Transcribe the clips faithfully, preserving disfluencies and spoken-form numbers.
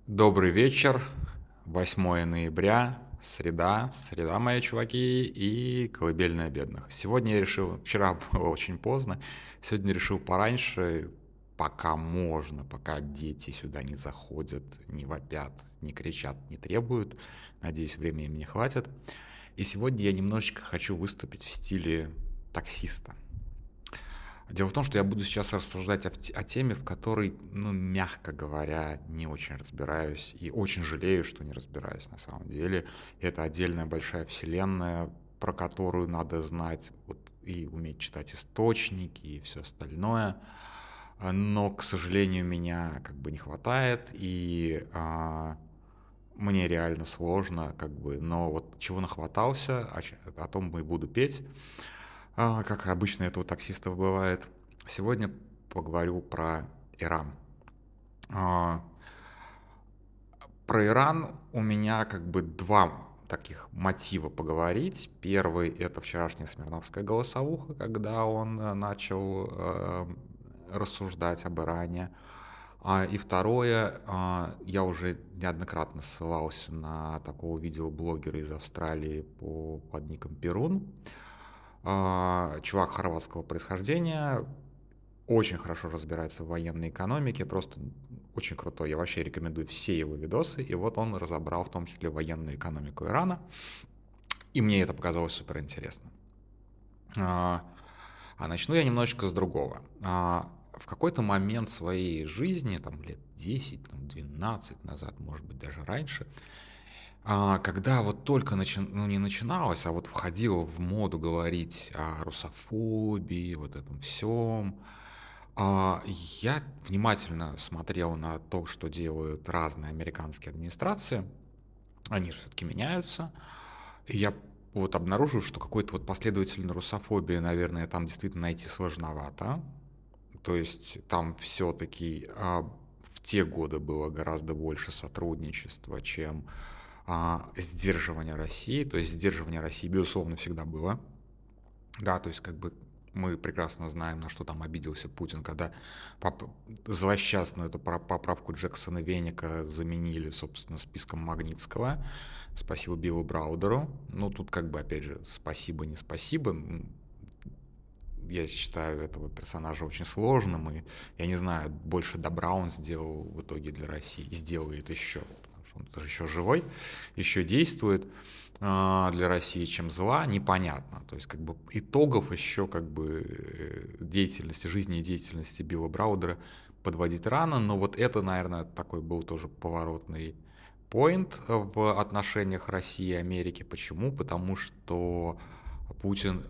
Добрый вечер. восьмое ноября, среда, среда, мои чуваки, и колыбельная бедных. Сегодня я решил, вчера было очень поздно, сегодня решил пораньше, пока можно, пока дети сюда не заходят, не вопят, не кричат, не требуют. Надеюсь, времени мне хватит. И сегодня я немножечко хочу выступить в стиле таксиста. Дело в том, что я буду сейчас рассуждать о, те- о теме, в которой, ну, мягко говоря, не очень разбираюсь и очень жалею, что не разбираюсь на самом деле. Это отдельная большая вселенная, про которую надо знать вот, и уметь читать источники и все остальное. А, Но, к сожалению, меня как бы не хватает, и а, мне реально сложно, как бы, но вот чего нахватался, о, ч- о том и буду петь. А, как обычно это у таксистов бывает. Сегодня поговорю про Иран. А, Про Иран у меня как бы два таких мотива поговорить. Первый — это вчерашняя Смирновская голосовуха, когда он э, начал э, рассуждать об Иране. А, И второе, а, я уже неоднократно ссылался на такого видеоблогера из Австралии по, под ником Перун. А, Чувак хорватского происхождения, очень хорошо разбирается в военной экономике, просто очень крутой. Я вообще рекомендую все его видосы. И вот он разобрал в том числе военную экономику Ирана. И мне это показалось супер интересно. А, а начну я немножечко с другого. А, в какой-то момент своей жизни, там лет десять, там, двенадцать назад, может быть, даже раньше, а, когда вот только начи... ну, не начиналось, а вот входило в моду говорить о русофобии, вот этом всем, а, я внимательно смотрел на то, что делают разные американские администрации. Они же все-таки меняются. И я вот обнаружил, что какой-то вот последовательной русофобии, наверное, там действительно найти сложновато. То есть там все-таки а, в те годы было гораздо больше сотрудничества, чем а, сдерживание России. То есть сдерживание России, безусловно, всегда было. Да, то есть как бы мы прекрасно знаем, на что там обиделся Путин, когда поп- злосчастную эту пора- поправку Джексона Веника заменили, собственно, списком Магнитского. Спасибо Биллу Браудеру. Ну, тут как бы, опять же, спасибо, не спасибо. М, Я считаю этого персонажа очень сложным, и я не знаю, больше добра он сделал в итоге для России, и сделает еще, потому что он тоже еще живой, еще действует а, для России, чем зла, непонятно. То есть как бы итогов еще как бы э, деятельности, жизнедеятельности Билла Браудера подводить рано, но вот это, наверное, такой был тоже поворотный поинт в отношениях России и Америки. Почему? Потому что Путин,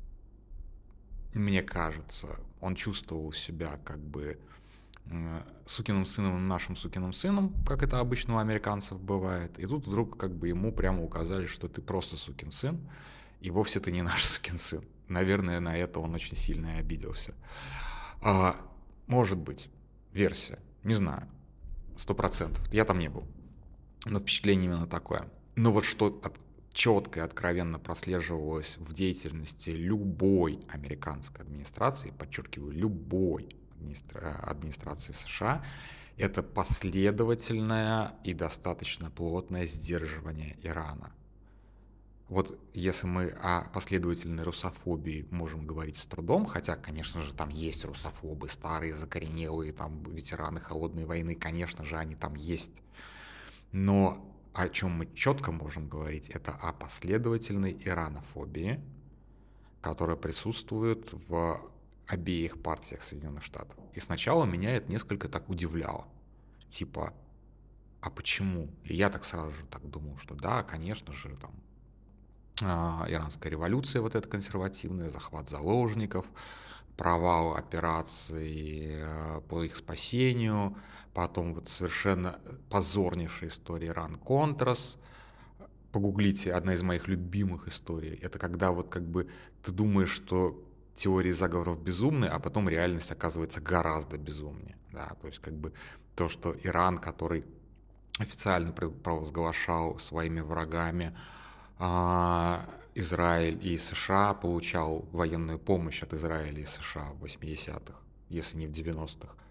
мне кажется, он чувствовал себя как бы м, сукиным сыном, нашим сукиным сыном, как это обычно у американцев бывает. И тут вдруг как бы ему прямо указали, что ты просто сукин сын, и вовсе ты не наш сукин сын. Наверное, на это он очень сильно и обиделся. А, может быть, версия, не знаю, сто процентов. Я там не был, но впечатление именно такое. Но вот что четко и откровенно прослеживалось в деятельности любой американской администрации, подчеркиваю, любой администра- администрации США, это последовательное и достаточно плотное сдерживание Ирана. Вот если мы о последовательной русофобии можем говорить с трудом, хотя, конечно же, там есть русофобы, старые, закоренелые, там ветераны холодной войны, конечно же, они там есть. Но о чем мы четко можем говорить, это о последовательной иранофобии, которая присутствует в обеих партиях Соединенных Штатов. И сначала меня это несколько так удивляло. Типа, а почему? И я так сразу же так думал, что да, конечно же, там а, иранская революция вот эта консервативная, захват заложников, провал операции э, по их спасению, потом вот совершенно позорнейшая история Иран-Контрас. Погуглите, одна из моих любимых историй. Это когда вот как бы ты думаешь, что теории заговоров безумны, а потом реальность оказывается гораздо безумнее. Да? То есть как бы то, что Иран, который официально провозглашал своими врагами а, Израиль и США, получал военную помощь от Израиля и США в восьмидесятых, если не в девяностых.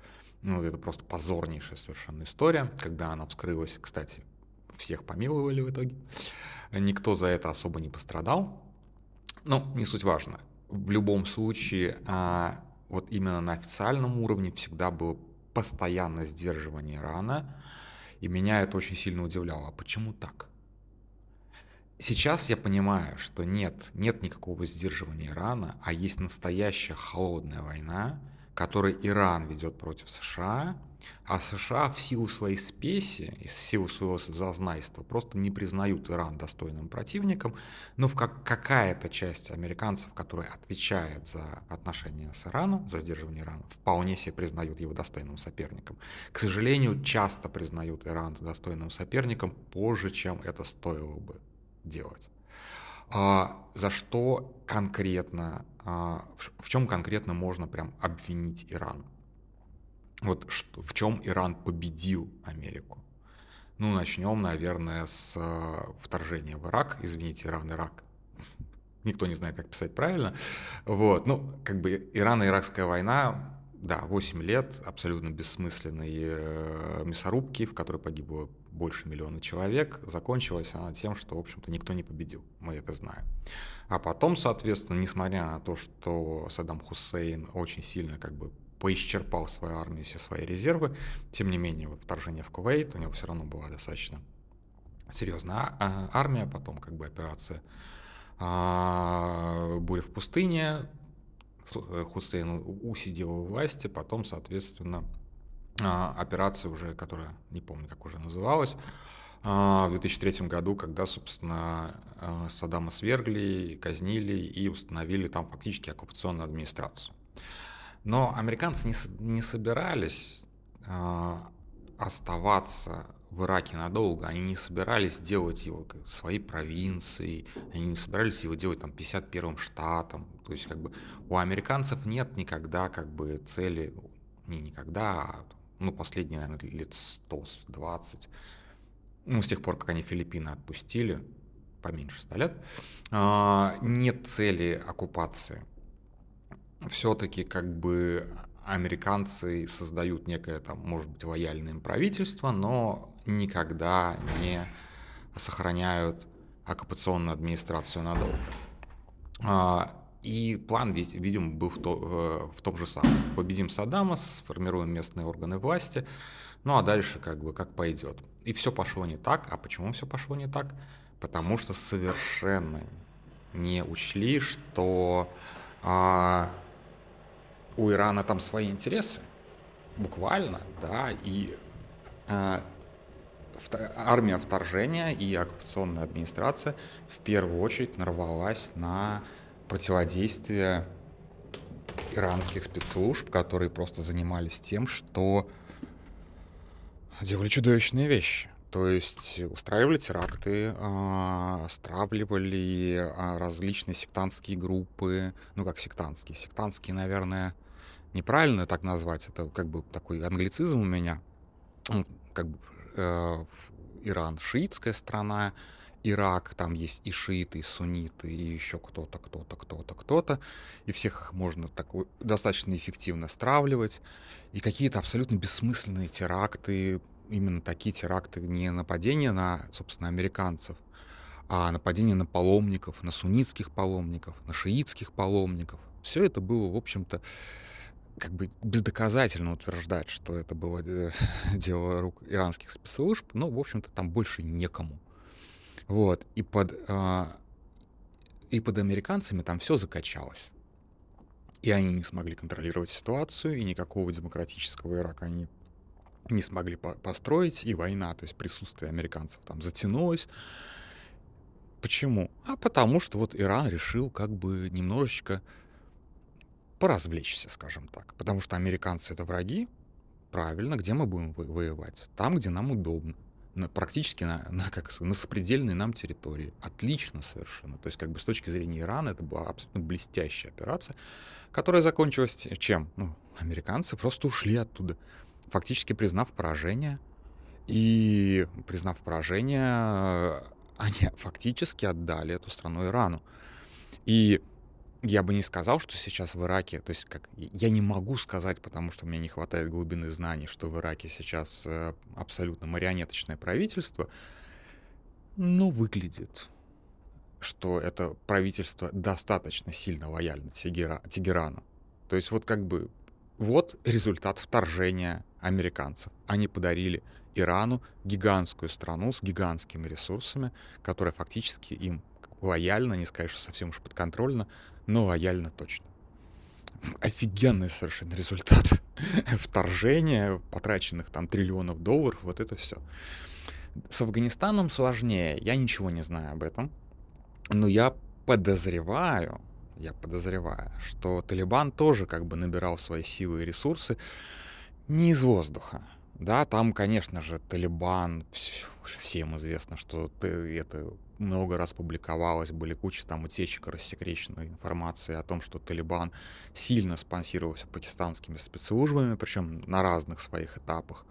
Ну, это просто позорнейшая совершенно история, когда она вскрылась. Кстати, всех помиловали в итоге. Никто за это особо не пострадал. Но не суть важно. В любом случае, а, вот именно на официальном уровне всегда было постоянное сдерживание Ирана, и меня это очень сильно удивляло. А почему так? Сейчас я понимаю, что нет, нет никакого сдерживания Ирана, а есть настоящая холодная война, которую Иран ведет против США, а США в силу своей спеси и в силу своего зазнайства просто не признают Иран достойным противником, но в как какая-то часть американцев, которая отвечает за отношения с Ираном, за сдерживание Ирана, вполне себе признают его достойным соперником. К сожалению, часто признают Иран достойным соперником позже, чем это стоило бы делать. А за что конкретно, а, в, в чем конкретно можно прям обвинить Иран? Вот что, в чем Иран победил Америку? Ну, начнем, наверное, с а, вторжения в Ирак. Извините, Иран-Ирак. Никто не знает, как писать правильно. Вот, ну, как бы Ирано-Иракская война, да, восемь лет абсолютно бессмысленной э, мясорубки, в которой погибло больше миллиона человек. Закончилась она тем, что, в общем-то, никто не победил, мы это знаем. А потом, соответственно, несмотря на то, что Саддам Хусейн очень сильно как бы поисчерпал свою армию, все свои резервы, тем не менее, вот вторжение в Кувейт, у него все равно была достаточно серьезная армия, потом как бы операция а, «Буря в пустыне», Хусейн усидел у власти, потом, соответственно, операция уже, которая, не помню, как уже называлась, в две тысячи третьем году, когда, собственно, Саддама свергли, казнили и установили там фактически оккупационную администрацию. Но американцы не, не собирались оставаться в Ираке надолго, они не собирались делать его своей провинцией, они не собирались его делать там пятьдесят первым штатом, то есть как бы у американцев нет никогда как бы цели, не никогда, а, ну последние, наверное, лет сто двадцать, ну с тех пор, как они Филиппины отпустили, поменьше ста лет, нет цели оккупации. Все-таки как бы американцы создают некое там, может быть, лояльное им правительство, но никогда не сохраняют оккупационную администрацию надолго. И план, видимо, был в, то, в том же самом. Победим Саддама, сформируем местные органы власти, ну а дальше как бы как пойдет. И все пошло не так. А почему все пошло не так? Потому что совершенно не учли, что а, у Ирана там свои интересы, буквально, да, и а, армия вторжения и оккупационная администрация в первую очередь нарвалась на противодействие иранских спецслужб, которые просто занимались тем, что делали чудовищные вещи. То есть устраивали теракты, стравливали различные сектантские группы, ну как сектантские, сектантские, наверное, неправильно так назвать, это как бы такой англицизм у меня, как бы э, Иран шиитская страна, Ирак, там есть и шииты, и сунниты, и еще кто-то, кто-то, кто-то, кто-то, и всех их можно так достаточно эффективно стравливать, и какие-то абсолютно бессмысленные теракты, именно такие теракты, не нападения на, собственно, американцев, а нападения на паломников, на суннитских паломников, на шиитских паломников. Все это было, в общем-то, как бы бездоказательно утверждать, что это было дело рук иранских спецслужб, но, в общем-то, там больше некому. Вот, и под, и под американцами там все закачалось. И они не смогли контролировать ситуацию, и никакого демократического Ирака они не смогли построить, и война, то есть присутствие американцев там затянулось. Почему? А потому что вот Иран решил как бы немножечко поразвлечься, скажем так. Потому что американцы — это враги, правильно, где мы будем воевать? Там, где нам удобно. На, практически на, на, как сказать, на сопредельной нам территории. Отлично совершенно. То есть как бы с точки зрения Ирана это была абсолютно блестящая операция, которая закончилась чем? Ну, американцы просто ушли оттуда, фактически признав поражение. И признав поражение, они фактически отдали эту страну Ирану. И Я бы не сказал, что сейчас в Ираке, то есть как я не могу сказать, потому что мне не хватает глубины знаний, что в Ираке сейчас э, абсолютно марионеточное правительство, но выглядит, что это правительство достаточно сильно лояльно Тегера- Тегерану. То есть вот как бы вот результат вторжения американцев. Они подарили Ирану гигантскую страну с гигантскими ресурсами, которая фактически им лояльна, не сказать, что совсем уж подконтрольна, но лояльна точно. Офигенный совершенно результат вторжения, потраченных там триллионов долларов, вот это все. С Афганистаном сложнее, я ничего не знаю об этом, но я подозреваю, я подозреваю, что Талибан тоже как бы набирал свои силы и ресурсы не из воздуха. Да, там, конечно же, Талибан, вс- всем известно, что ты- это много раз публиковалось, были куча там утечек рассекреченной информации о том, что Талибан сильно спонсировался пакистанскими спецслужбами, причем на разных своих этапах.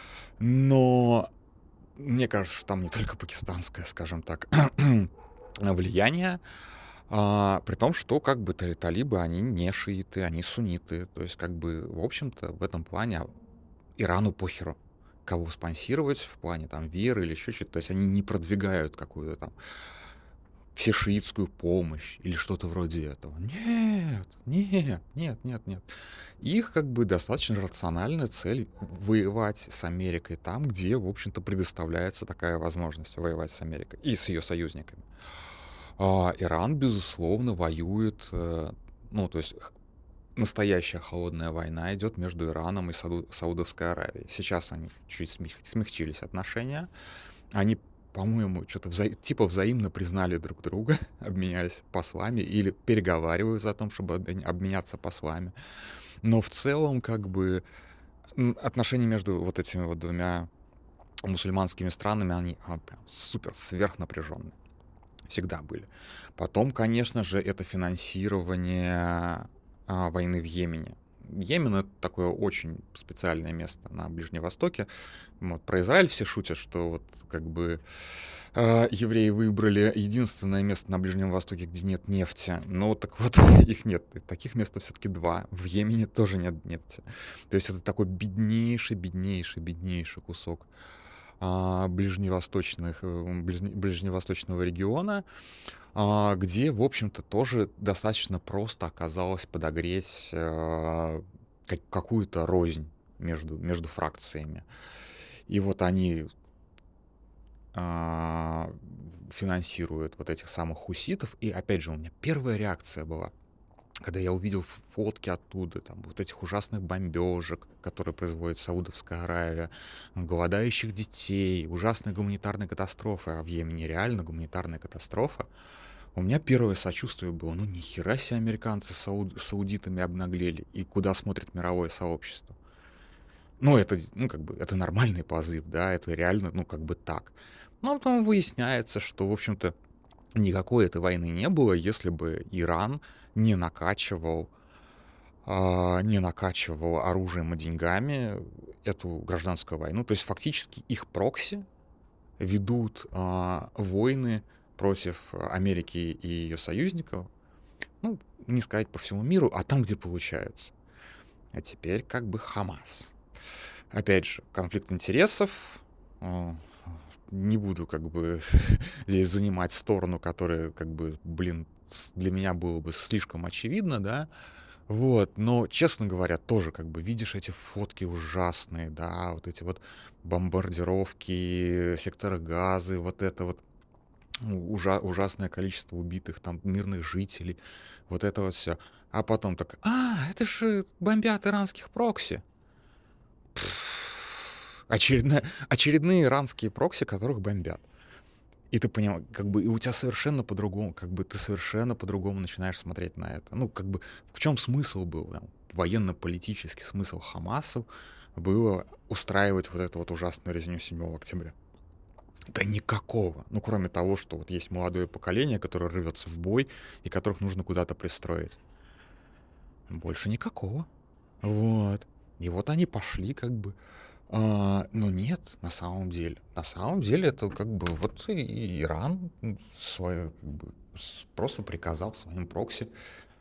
Но мне кажется, что там не только пакистанское, скажем так, влияние, а, при том, что как бы тали- талибы, они не шииты, они сунниты. То есть как бы, в общем-то, в этом плане Ирану похеру, кого спонсировать в плане там веры или еще что-то. То есть они не продвигают какую-то там всешиитскую помощь или что-то вроде этого. Нет, нет, нет, нет, нет. Их как бы достаточно рациональная цель воевать с Америкой там, где, в общем-то, предоставляется такая возможность воевать с Америкой и с ее союзниками. А Иран, безусловно, воюет, э, ну, то есть х- настоящая холодная война идет между Ираном и Сауд- Саудовской Аравией. Сейчас они чуть смех- смягчились отношения. Они, по-моему, что-то вза- типа взаимно признали друг друга, обменялись послами или переговариваются о том, чтобы обмен- обменяться послами. Но в целом, как бы, м, отношения между вот этими вот двумя мусульманскими странами, они а, прям супер сверхнапряженные. Всегда были. Потом, конечно же, это финансирование а, войны в Йемене. Йемен — это такое очень специальное место на Ближнем Востоке. Вот, про Израиль все шутят, что вот как бы э, евреи выбрали единственное место на Ближнем Востоке, где нет нефти. Но вот так вот их нет. Таких мест все-таки два. В Йемене тоже нет нефти. То есть это такой беднейший, беднейший, беднейший кусок а, ближневосточных, э, ближне- ближневосточного региона, а, где, в общем-то, тоже достаточно просто оказалось подогреть э, как- какую-то рознь между, между фракциями. И вот они а, финансируют вот этих самых хуситов. И опять же, у меня первая реакция была, когда я увидел ф- фотки оттуда, там, вот этих ужасных бомбежек, которые производит Саудовская Аравия, голодающих детей, ужасной гуманитарной катастрофы, а в Йемене реально гуманитарная катастрофа. У меня первое сочувствие было, ну ни хера себе американцы с сауд- саудитами обнаглели, и куда смотрит мировое сообщество. Ну, это, ну, как бы, это нормальный позыв, да, это реально, ну, как бы так. Но потом выясняется, что, в общем-то, никакой этой войны не было, если бы Иран не накачивал, а, не накачивал оружием и деньгами эту гражданскую войну. То есть фактически их прокси ведут а, войны против Америки и ее союзников, ну, не сказать по всему миру, а там, где получается. А теперь как бы Хамас. Опять же, конфликт интересов. а, Не буду как бы здесь занимать сторону, которая как бы, блин, с- для меня было бы слишком очевидно, да. Вот, но, честно говоря, тоже как бы видишь эти фотки ужасные, да, вот эти вот бомбардировки, секторы газы, вот это вот ну, ужа- ужасное количество убитых там мирных жителей, вот это вот все. А потом так, а, это же бомбят иранских прокси. Очередная, очередные иранские прокси, которых бомбят. И ты понимаешь, как бы, и у тебя совершенно по-другому, как бы ты совершенно по-другому начинаешь смотреть на это. Ну, как бы, в чем смысл был, там, военно-политический смысл Хамаса было устраивать вот эту вот ужасную резню седьмого октября? Да никакого. Ну, кроме того, что вот есть молодое поколение, которое рвется в бой и которых нужно куда-то пристроить. Больше никакого. Вот. И вот они пошли как бы. А, но нет, на самом деле. На самом деле это как бы вот и Иран свое, как бы, с- просто приказал своим прокси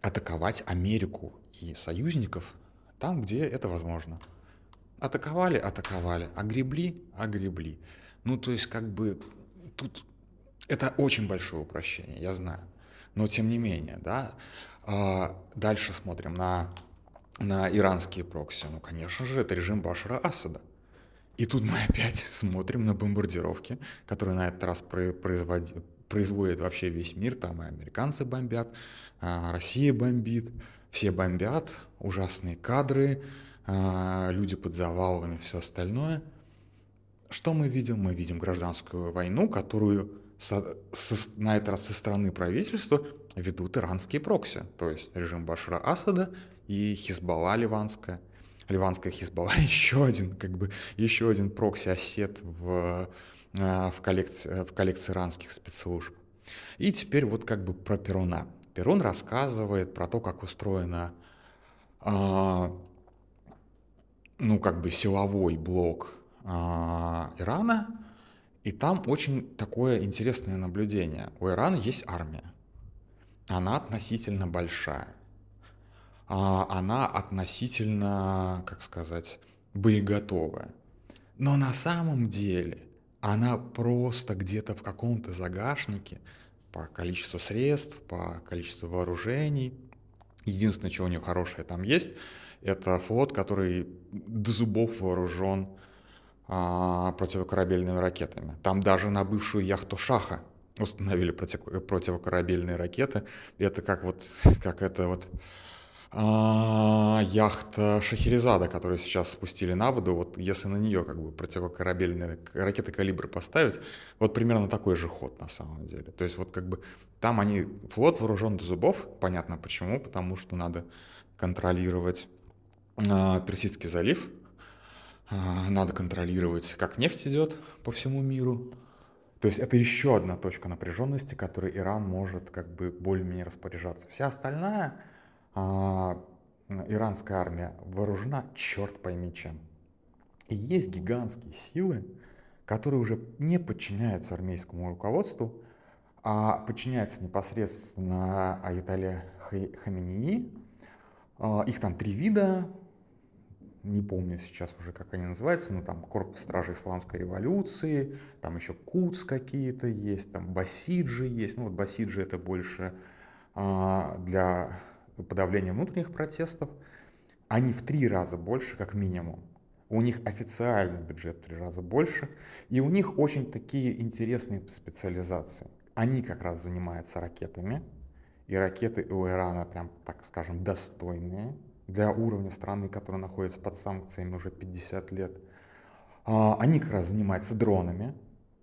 атаковать Америку и союзников там, где это возможно. Атаковали, атаковали, огребли, огребли. Ну, то есть, как бы, тут это очень большое упрощение, я знаю. Но тем не менее, да. А дальше смотрим на, на иранские прокси. Ну, конечно же, это режим Башара Асада. И тут мы опять смотрим на бомбардировки, которые на этот раз производят, производит вообще весь мир. Там и американцы бомбят, Россия бомбит, все бомбят, ужасные кадры, люди под завалами, все остальное. Что мы видим? Мы видим гражданскую войну, которую со, со, на этот раз со стороны правительства ведут иранские прокси, то есть режим Башара Асада и Хизбалла ливанская. Ливанская Хизбалла еще один, как бы, еще один прокси-осет в, в, коллекции, в коллекции иранских спецслужб. И теперь вот как бы про Перуна. Перун рассказывает про то, как устроена, а, ну, как бы силовой блок а, Ирана. И там очень такое интересное наблюдение. У Ирана есть армия. Она относительно большая. Она относительно, как сказать, боеготовая. Но на самом деле она просто где-то в каком-то загашнике по количеству средств, по количеству вооружений. Единственное, чего у нее хорошее там есть, это флот, который до зубов вооружен а, противокорабельными ракетами. Там даже на бывшую яхту Шаха установили против, противокорабельные ракеты. Это как вот, как это вот а, яхта Шахерезада, которую сейчас спустили на воду. Вот если на нее как бы противокорабельные ракеты калибра поставить, вот примерно такой же ход на самом деле. То есть вот как бы там они, флот вооружен до зубов, понятно почему, потому что надо контролировать а, Персидский залив, надо контролировать, как нефть идет по всему миру. То есть это еще одна точка напряженности, которой Иран может как бы более-менее распоряжаться. Вся остальная а, иранская армия вооружена черт пойми чем. И есть гигантские силы, которые уже не подчиняются армейскому руководству, а подчиняются непосредственно Аятолле Хаменеи. Их там три вида. Не помню сейчас уже, как они называются, но там корпус стражи исламской революции, там еще Кудс какие-то есть, там басиджи есть. Ну вот басиджи это больше а, для подавления внутренних протестов. Они в три раза больше, как минимум. У них официальный бюджет в три раза больше, и у них очень такие интересные специализации. Они как раз занимаются ракетами, и ракеты у Ирана прям, так скажем, достойные для уровня страны, которая находится под санкциями уже пятьдесят лет. Они как раз занимаются дронами.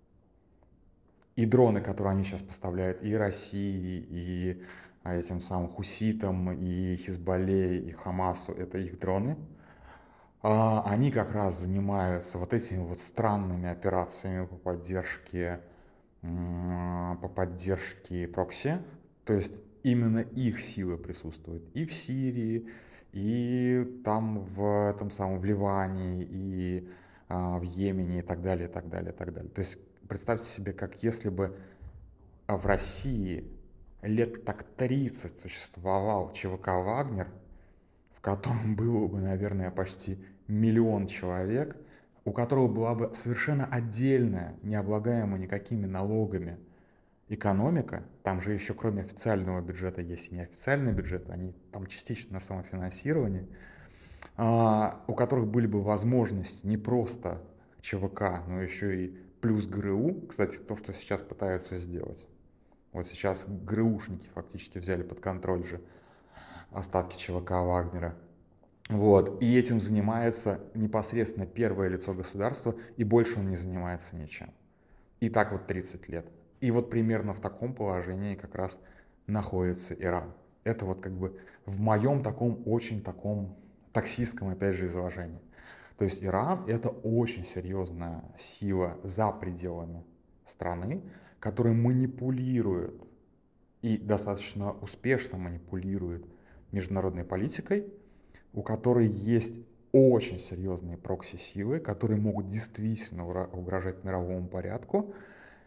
И дроны, которые они сейчас поставляют и России, и этим самым хуситам, и Хизбалле, и Хамасу, это их дроны. Они как раз занимаются вот этими вот странными операциями по поддержке, по поддержке прокси. То есть именно их силы присутствуют и в Сирии, и там в этом самом в Ливане, и а, в Йемене, и так далее, и так далее, и так далее. То есть представьте себе, как если бы в России лет так тридцать существовал ЧВК «Вагнер», в котором было бы, наверное, почти миллион человек, у которого была бы совершенно отдельная, не облагаемая никакими налогами экономика, там же еще кроме официального бюджета есть и неофициальный бюджет, они там частично на самофинансировании, а, у которых были бы возможности не просто ЧВК, но еще и плюс ГРУ, кстати, то, что сейчас пытаются сделать. Вот сейчас ГРУшники фактически взяли под контроль же остатки ЧВК Вагнера. Вот. И этим занимается непосредственно первое лицо государства, и больше он не занимается ничем. И так вот тридцать лет. И вот примерно в таком положении как раз находится Иран. Это вот как бы в моем таком очень таком таксистском, опять же, изложении. То есть Иран — это очень серьезная сила за пределами страны, которая манипулирует и достаточно успешно манипулирует международной политикой, у которой есть очень серьезные прокси-силы, которые могут действительно угрожать мировому порядку,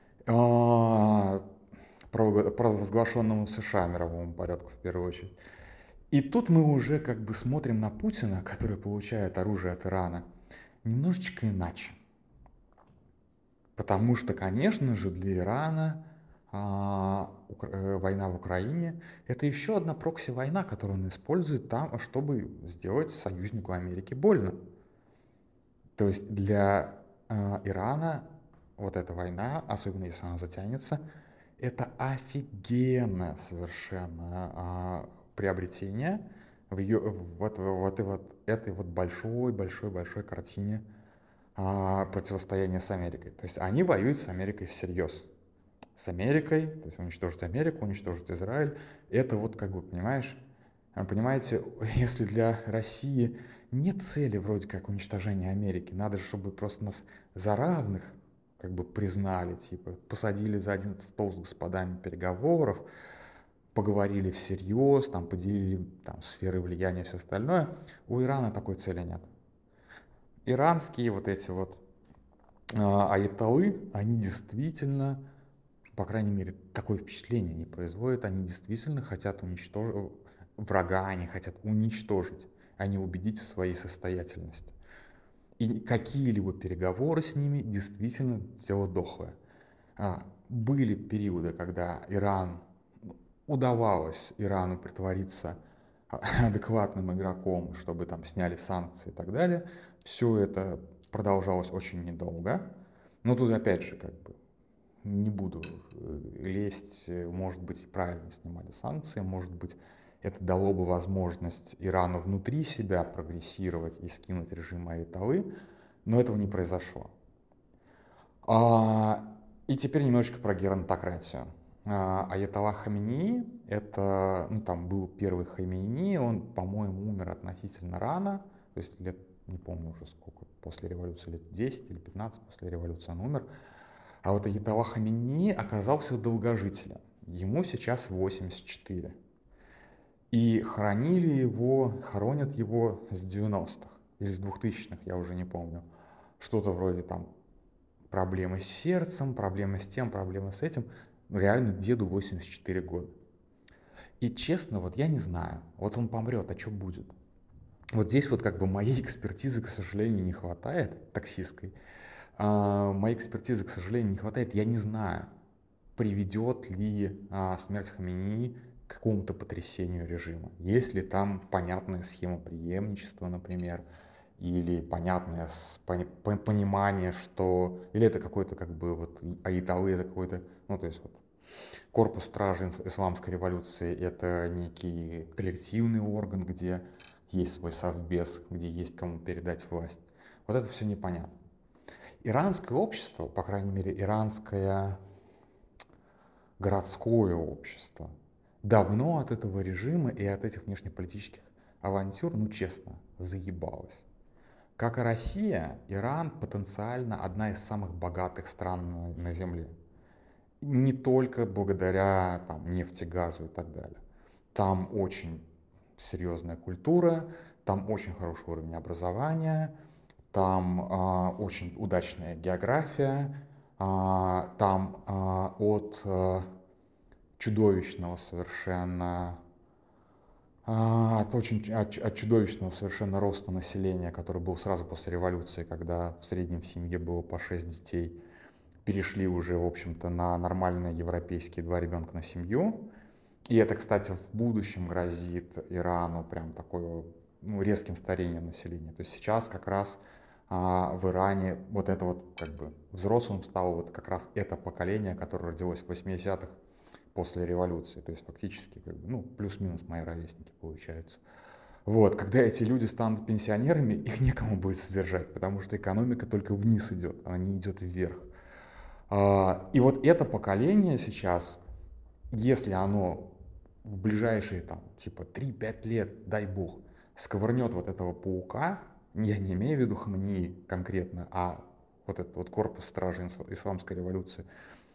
провозглашенному США мировому порядку в первую очередь. И тут мы уже как бы смотрим на Путина, который получает оружие от Ирана, немножечко иначе. Потому что, конечно же, для Ирана а, Укра- э, война в Украине — это еще одна прокси-война, которую он использует там, чтобы сделать союзнику Америки больно. То есть для а, Ирана вот эта война, особенно если она затянется, это офигенное совершенно а, приобретение в, ее, вот, вот, и вот этой вот большой-большой-большой картине а, противостояния с Америкой. То есть они воюют с Америкой всерьез. С Америкой, то есть уничтожить Америку, уничтожить Израиль. Это вот как бы, понимаешь, а, понимаете, если для России нет цели вроде как уничтожения Америки, надо же, чтобы просто нас за равных как бы признали, типа посадили за один стол с господами переговоров, поговорили всерьез, там поделили там, сферы влияния и все остальное. У Ирана такой цели нет. Иранские вот эти вот а, аятоллы, они действительно, по крайней мере, такое впечатление не производят, они действительно хотят уничтожить врага, они хотят уничтожить, а не убедить в своей состоятельности. И какие-либо переговоры с ними действительно дело дохлое. А, были периоды, когда Иран удавалось Ирану притвориться адекватным игроком, чтобы там сняли санкции и так далее. Все это продолжалось очень недолго. Но тут опять же, как бы, не буду лезть, может быть, правильно снимали санкции, может быть, это дало бы возможность Ирану внутри себя прогрессировать и скинуть режим аятоллы, но этого не произошло. А, и теперь немножечко про геронтократию. А, Аятолла Хаминеи, это, ну, там был первый Хаминеи, он, по-моему, умер относительно рано, то есть лет, не помню уже сколько, после революции, лет десять или пятнадцать после революции он умер. А вот Аятолла Хаминеи оказался долгожителем. Ему сейчас восемьдесят четыре. И хоронили его, хоронят его с девяностых или с двухтысячных, я уже не помню. Что-то вроде там проблемы с сердцем, проблемы с тем, проблемы с этим. Реально деду восемьдесят четыре года. И честно, вот я не знаю, вот он помрет, а что будет? Вот здесь вот как бы моей экспертизы, к сожалению, не хватает, таксистской. А, моей экспертизы, к сожалению, не хватает. Я не знаю, приведет ли а, смерть Хаминеи к какому-то потрясению режима. Есть ли там понятная схема преемничества, например, или понятное понимание, что... Или это какой-то как бы вот аятоллы, это какой-то, ну то есть вот корпус стражи исламской революции — это некий коллективный орган, где есть свой совбез, где есть кому передать власть. Вот это все непонятно. Иранское общество, по крайней мере, иранское городское общество, давно от этого режима и от этих внешнеполитических авантюр, ну честно, заебалось. Как и Россия, Иран потенциально одна из самых богатых стран на, на Земле. Не только благодаря там, нефти, газу и так далее. Там очень серьезная культура, там очень хороший уровень образования, там а, очень удачная география, а, там а, от а, чудовищного совершенно а, от очень от, от чудовищного совершенно роста населения, который был сразу после революции, когда в среднем в семье было по шесть детей, перешли уже, в общем-то, на нормальные европейские два ребенка на семью. И это, кстати, в будущем грозит Ирану прям такой, ну, резким старением населения. То есть сейчас как раз а, в Иране вот это вот как бы взрослым стало вот как раз это поколение, которое родилось в восьмидесятых после революции. То есть фактически как бы, ну, плюс-минус мои ровесники получаются. Вот, когда эти люди станут пенсионерами, их некому будет содержать, потому что экономика только вниз идет, она не идет вверх. А, и вот это поколение сейчас, если оно в ближайшие там типа три-пять лет, дай бог, сковырнет вот этого паука, я не имею в виду Хамнеи конкретно, а вот этот вот корпус стражи исламской революции,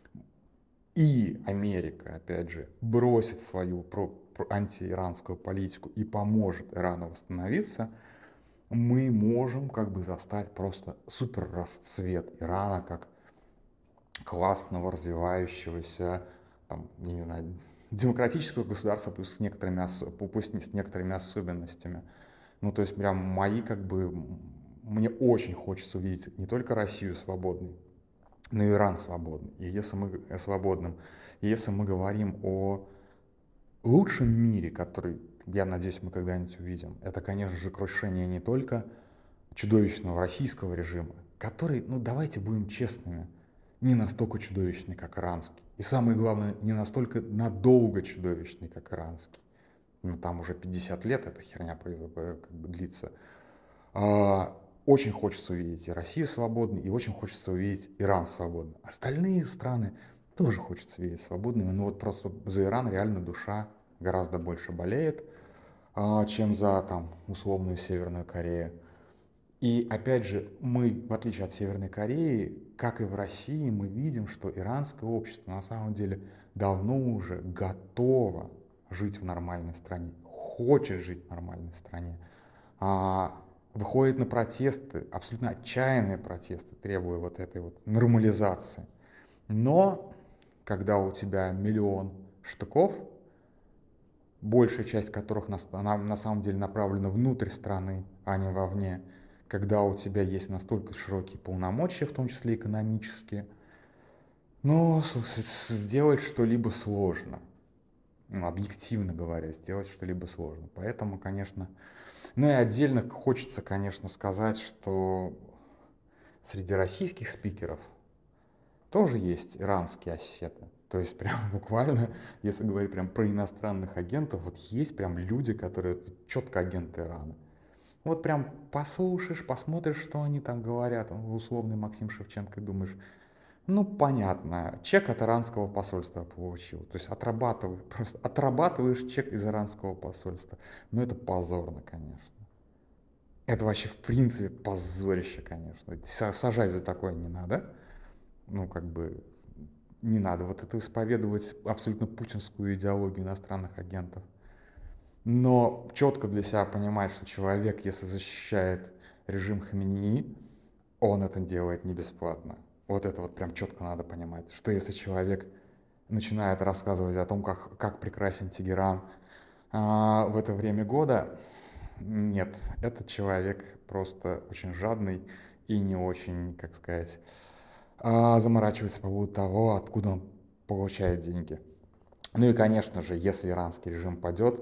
и Америка, опять же, бросит свою про, про антииранскую политику и поможет Ирану восстановиться, мы можем как бы застать просто супер расцвет Ирана как классного, развивающегося, там, я не знаю, демократического государства плюс с некоторыми, пусть с некоторыми особенностями. Ну, то есть прям мои, как бы, мне очень хочется увидеть не только Россию свободной, но и Иран свободный. И если мы свободным, и если мы говорим о лучшем мире, который, я надеюсь, мы когда-нибудь увидим, это, конечно же, крушение не только чудовищного российского режима, который, ну давайте будем честными, не настолько чудовищный, как иранский. И самое главное, не настолько надолго чудовищный, как иранский. Ну там уже пятьдесят лет эта херня как бы длится. А, очень хочется увидеть и Россию свободной, и очень хочется увидеть Иран свободным. Остальные страны тоже хочется видеть свободными, но вот просто за Иран реально душа гораздо больше болеет, чем за там условную Северную Корею. И опять же, мы, в отличие от Северной Кореи, как и в России, мы видим, что иранское общество на самом деле давно уже готово жить в нормальной стране, хочет жить в нормальной стране, а, выходит на протесты, абсолютно отчаянные протесты, требуя вот этой вот нормализации. Но когда у тебя миллион штыков, большая часть которых на, на, на самом деле направлена внутрь страны, а не вовне, когда у тебя есть настолько широкие полномочия, в том числе экономические, ну, сделать что-либо сложно. Ну, объективно говоря, сделать что-либо сложно. Поэтому, конечно... Ну и отдельно хочется, конечно, сказать, что среди российских спикеров тоже есть иранские ассеты. То есть прям буквально, если говорить прям про иностранных агентов, вот есть прям люди, которые четко агенты Ирана. Вот прям послушаешь, посмотришь, что они там говорят, условный Максим Шевченко, и думаешь, ну понятно, чек от иранского посольства получил. То есть отрабатываешь, просто отрабатываешь чек из иранского посольства. Но это позорно, конечно. Это вообще в принципе позорище, конечно. Сажать за такое не надо. Ну как бы не надо вот это исповедовать абсолютно путинскую идеологию иностранных агентов. Но четко для себя понимать, что человек, если защищает режим Хаменеи, он это делает не бесплатно. Вот это вот прям четко надо понимать, что если человек начинает рассказывать о том, как, как прекрасен Тегеран а, в это время года, нет, этот человек просто очень жадный и не очень, как сказать, а, заморачивается по поводу того, откуда он получает деньги. Ну и, конечно же, если иранский режим падет,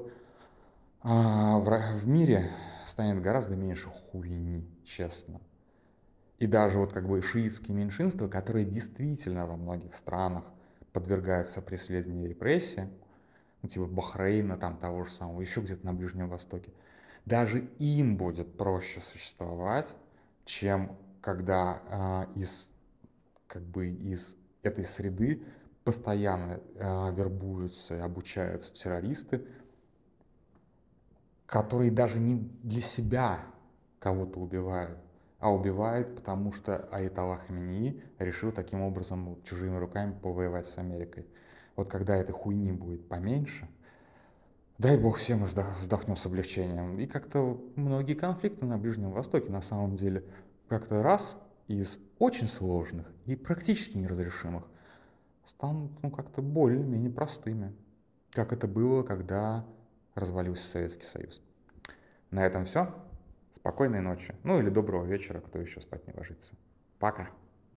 а, в, в мире станет гораздо меньше хуйни, честно. И даже вот как бы шиитские меньшинства, которые действительно во многих странах подвергаются преследованию и репрессиям, ну, типа Бахрейна, там того же самого, еще где-то на Ближнем Востоке, даже им будет проще существовать, чем когда а, из, как бы из этой среды постоянно а, вербуются и обучаются террористы, которые даже не для себя кого-то убивают, а убивают, потому что Аятолла Хаменеи решил таким образом чужими руками повоевать с Америкой. Вот когда этой хуйни будет поменьше, дай бог всем вздохнем с облегчением. И как-то многие конфликты на Ближнем Востоке на самом деле как-то раз из очень сложных и практически неразрешимых станут ну, как-то более-менее простыми, как это было, когда развалился Советский Союз. На этом все. Спокойной ночи. Ну или доброго вечера, кто еще спать не ложится. Пока.